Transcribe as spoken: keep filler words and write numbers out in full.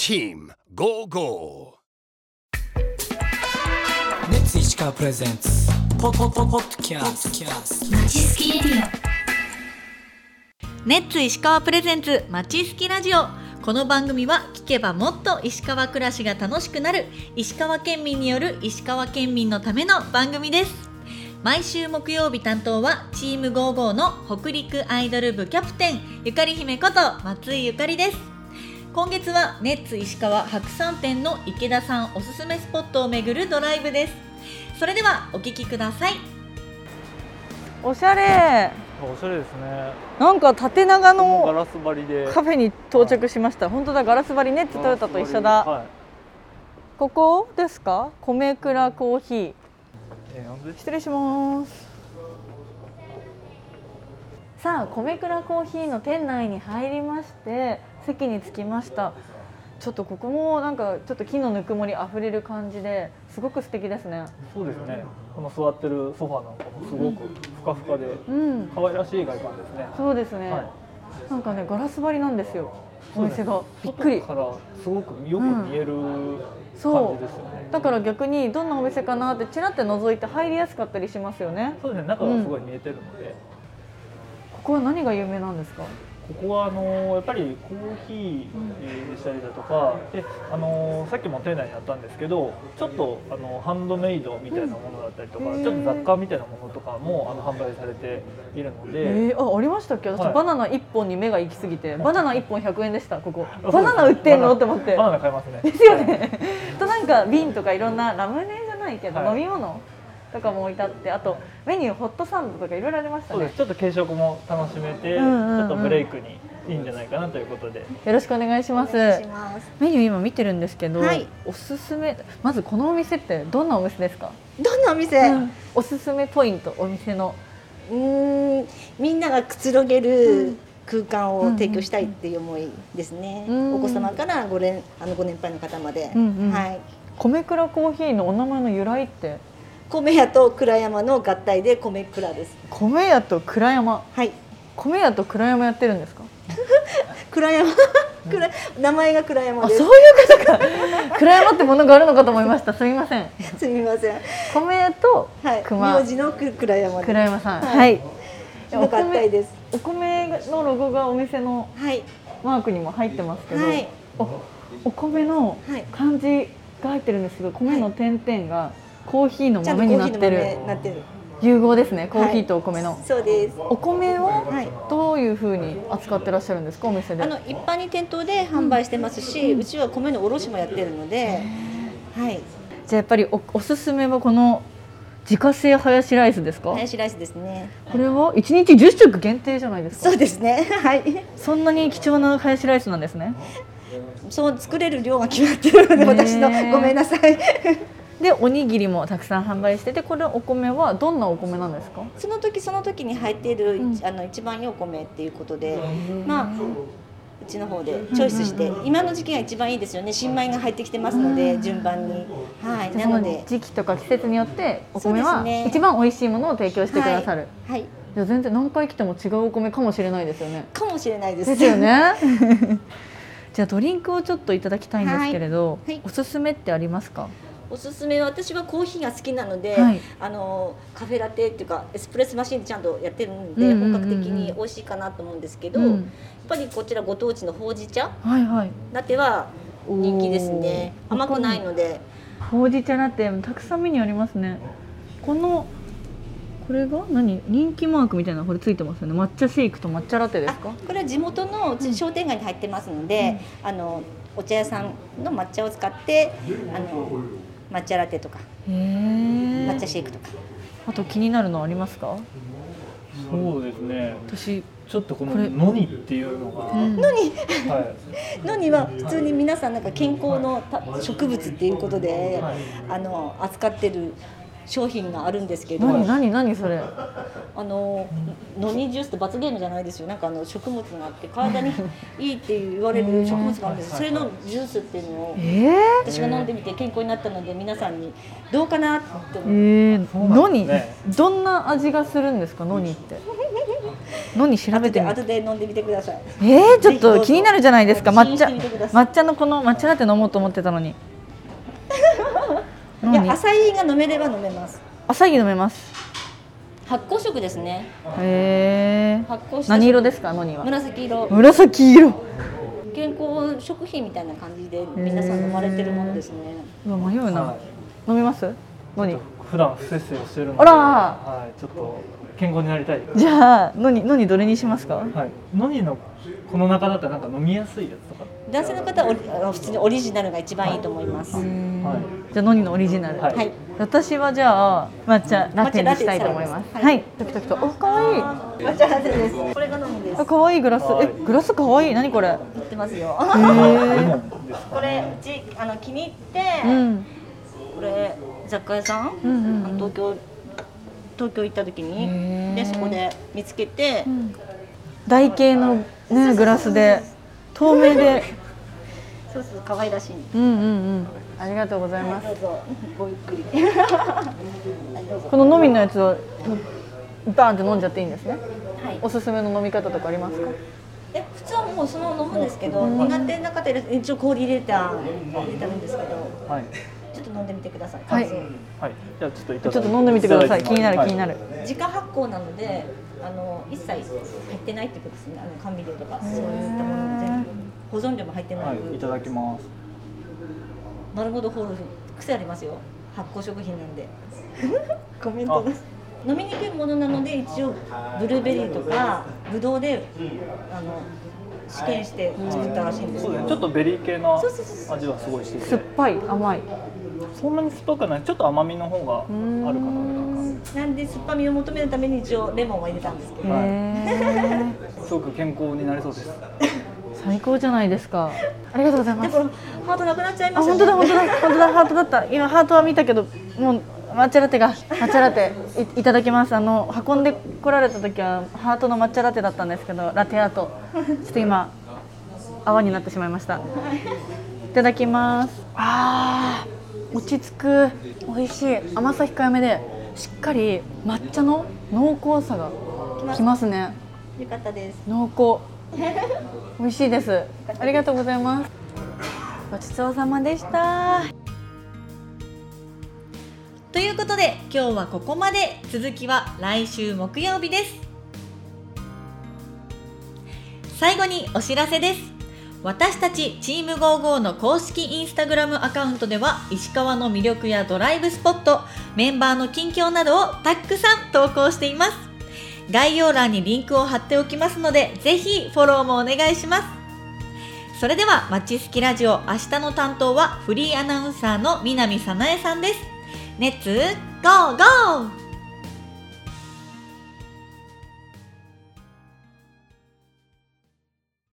Team Go Go ネッツ石川プレゼンツポポポポッドキャストまちすきレディオ。ネッツ石川プレゼンツまちすきラジオ。この番組は聞けばもっと石川暮らしが楽しくなる石川県民による石川県民のための番組です。毎週木曜日担当はチームゴーゴーの北陸アイドル部キャプテンゆかり姫こと松井ゆかりです。今月はネッツ石川白山店の池田さんおすすめスポットを巡るドライブです。それではお聞きください。 おしゃれ。 おしゃれですね。 なんか縦長ガのラス張りでカフェに到着しました。本当だ、ガラス張り、ネッツトヨタと一緒だ。 はい、 ここですか？米倉コーヒー。 えー、なんで失礼します。さあ、米倉コーヒーの店内に入りまして席に着きました。ちょっとここもなんかちょっと木のぬくもりあふれる感じですごく素敵ですね。 そうですね。この座ってるソファーなんかもすごくふかふかで、 うん、 可愛らしい外観ですね。 そうですね、はい、なんかねガラス張りなんですよ、お店が。びっくり。 からすごくよく見える、うん、感じですよね。 だから逆にどんなお店かなってちらって覗いて入りやすかったりしますよね。 そうですね、中がすごい見えてるので、うん、 ここは何が有名なんですか？ ここはあのやっぱりコーヒーでしたりだとか、であのさっきも店内にあったんですけど、ちょっとあのハンドメイドみたいなものだったりとか、うん、ちょっと雑貨みたいなものとかもあの販売されているので、 えー、あ、ありましたっけ？私、はい、バナナいっぽんに目が行き過ぎて、バナナいっぽんひゃくえんでした。ここバナナ売ってんのって思って。 バナナ買いますね。 ですよねとなんか瓶とかいろんなラムネじゃないけど、はい、飲み物とかも置いてあって、あとメニューホットサンドとかいろいろありましたね。 そうです。ちょっと軽食も楽しめて、うんうんうん、ちょっとブレイクにいいんじゃないかなということで、 よろしくお願いします。 お願いします。 メニュー今見てるんですけど、 はい、 おすすめ、まずこのお店ってどんなお店ですか？ どんなお店？ うん、おすすめポイント、お店の。 うーん、みんながくつろげる空間を提供したいっていう思いですね。うんうんうん、お子様からごれんあのご年配の方まで、うんうん、はい。 米倉コーヒーのお名前の由来って？ 米屋と蔵山の合体で米倉です。 米屋と蔵山。 はい。 米屋と蔵山やってるんですか？ 蔵山名前が蔵山です。 あ、そういうことか蔵山ってものがあるのかと思いました。すみません。 すみません。 米屋と熊、 はい、名字の蔵山です。 蔵山さん、はい、 の合体です。 お米のロゴがお店のマークにも入ってますけど、はい、お, お米の漢字が入ってるんですけど、米の点々がコーヒーの豆になってる。融合ですね、コーヒーとお米の、はい、 そうです。 お米をどういうふうに扱ってらっしゃるんですか、お店で？ あの一般に店頭で販売してますし、うん、うちは米の卸もやってるので、はい。 じゃあやっぱり お, おすすめはこの自家製ハヤシライスですか？ ハヤシライスですね。 これはいちにちじゅっしょく限定じゃないですか？ そうですね、はい。 そんなに貴重なハヤシライスなんですね。 そう作れる量が決まってるので、私のごめんなさいでおにぎりもたくさん販売してて、これお米はどんなお米なんですか？ その時その時に入っている、うん、あの一番いいお米っていうことで、まあうちの方でチョイスして、うんうんうん、今の時期が一番いいですよね。新米が入ってきてますので、うん、順番に、はい。なので時期とか季節によってお米は一番美味しいものを提供してくださる。 はい。はい、 じゃあ全然何回来ても違うお米かもしれないですよね。 かもしれないです。 ですよねじゃあドリンクをちょっといただきたいんですけれど、はいはい、おすすめってありますか？ おすすめは、私はコーヒーが好きなので、 はい、 あのカフェラテっていうかエスプレッソマシンでちゃんとやってるので、本格的に美味しいかなと思うんですけど、うん、やっぱりこちらご当地のほうじ茶、 はいはい、 ラテは人気ですね。甘くないので。 ほうじ茶ラテたくさんメニューありますね。このこれが何、人気マークみたいなこれついてますよね。抹茶シェイクと抹茶ラテですか？ これは地元の商店街に入ってますので、うん、あのお茶屋さんの抹茶を使ってあの抹茶ラテとか抹茶シェイクとか。 あと気になるのありますか？ そうですね、 私ちょっとこのノニっていうのが、 うん、ノニ、はい、ノニは普通に皆さんなんか健康の植物っていうことで、はい、あの扱ってる商品があるんですけど、 何何何それ、 あのノニジュースって罰ゲームじゃないですよ。なんかあの食物があって体にいいって言われる植物があるんです。それのジュースっていうのを私が飲んでみて健康になったので、皆さんにどうかなって思って。 えー、ノニ、どんな味がするんですか？ノニってのに調べてみ後で飲んでみてください。 えー、ちょっと気になるじゃないですか。抹茶試飲してみてください抹茶のこの抹茶ラテ飲もうと思ってたのにいや、浅いが飲めれば飲めます。 浅い飲めます。 発酵食ですね。 へえ。 発酵した何色ですか、のには。 紫色。 紫色。 健康食品みたいな感じで皆さん飲まれてるものですね。 うわ、迷うな。飲みます？のに。 普段不節制をしてるので、 あら、 はい、ちょっと健康になりたい。 じゃあのにのにどれにしますか？ はい。のにのこの中だったらなんか飲みやすいやつとか。 男性の方はあの普通にオリジナルが一番いいと思います。 はい。 じゃあのにのオリジナル。 はい。 はい。 私はじゃあ抹茶ラテにしたいと思います。 はい。 はい。来た来た。お、可愛い。 抹茶ラテです。これが飲むです。 あ、可愛いグラス。え、グラス可愛い。何これ？ 売ってますよ。 へえ。 これうちあの気に入って、 うん。 これ雑貨屋さん、 うんうんうんあの東京東京行った時へにーでそこで見つけて、 台形のねグラスで透明で。 そうそう可愛らしい。 うんうんうん。ありがとうございます。 どうぞごゆっくり。 こののみのやつをバーンって飲んじゃっていいんですね。 はい。 おすすめの飲み方とかありますか？ え普通はもうその飲むんですけど、苦手な方いらっしゃ一応氷入れた入れたんですけど、 はい。 ちょっと飲んでみてください。 はい感想はい。じゃあちょっといただいちょっと飲んでみてください。気になるはい気になる。 自家発酵なので、あの一切入ってないってことですね。あの甘味料とかそういったものも全部保存料も入ってない。 はい。いただきます。 丸ごとホール癖ありますよ。発酵食品なんで。コメントです。飲みにくいものなので一応ブルーベリーとかブドウであの試験して作ったらしいんですよ。 そうですね。ちょっとベリー系なそうそうそうそう味はすごいして酸ってぱい甘い。 そんなに酸っぱくない。ちょっと甘みの方があるかなって感じ。 なんで酸っぱみを求めるために一応レモンを入れたんですけど。 へえ。 すごく健康になりそうです。 最高じゃないですか。ありがとうございます。 でもハートなくなっちゃいまあ、 したね。 本当だ本当だ本当だハートだった。今ハートは見たけど、もう抹茶ラテが抹茶ラテ い, いただきます。あの運んで来られた時はハートの抹茶ラテだったんですけど、ラテアートちょっと今泡になってしまいました。いただきます。あー、落ち着く。美味しい。甘さ控えめでしっかり抹茶の濃厚さがきますね。 よかったです。 濃厚。美味しいです。ありがとうございます。ごちそうさまでした。 ということで今日はここまで。続きは来週木曜日です。最後にお知らせです。私たちチームゴーゴーの公式インスタグラムアカウントでは石川の魅力やドライブスポット、メンバーの近況などをたくさん投稿しています。概要欄にリンクを貼っておきますので、ぜひフォローもお願いします。それではまちすきラジオ、明日の担当はフリーアナウンサーの南早苗さんです。レッツゴーゴー。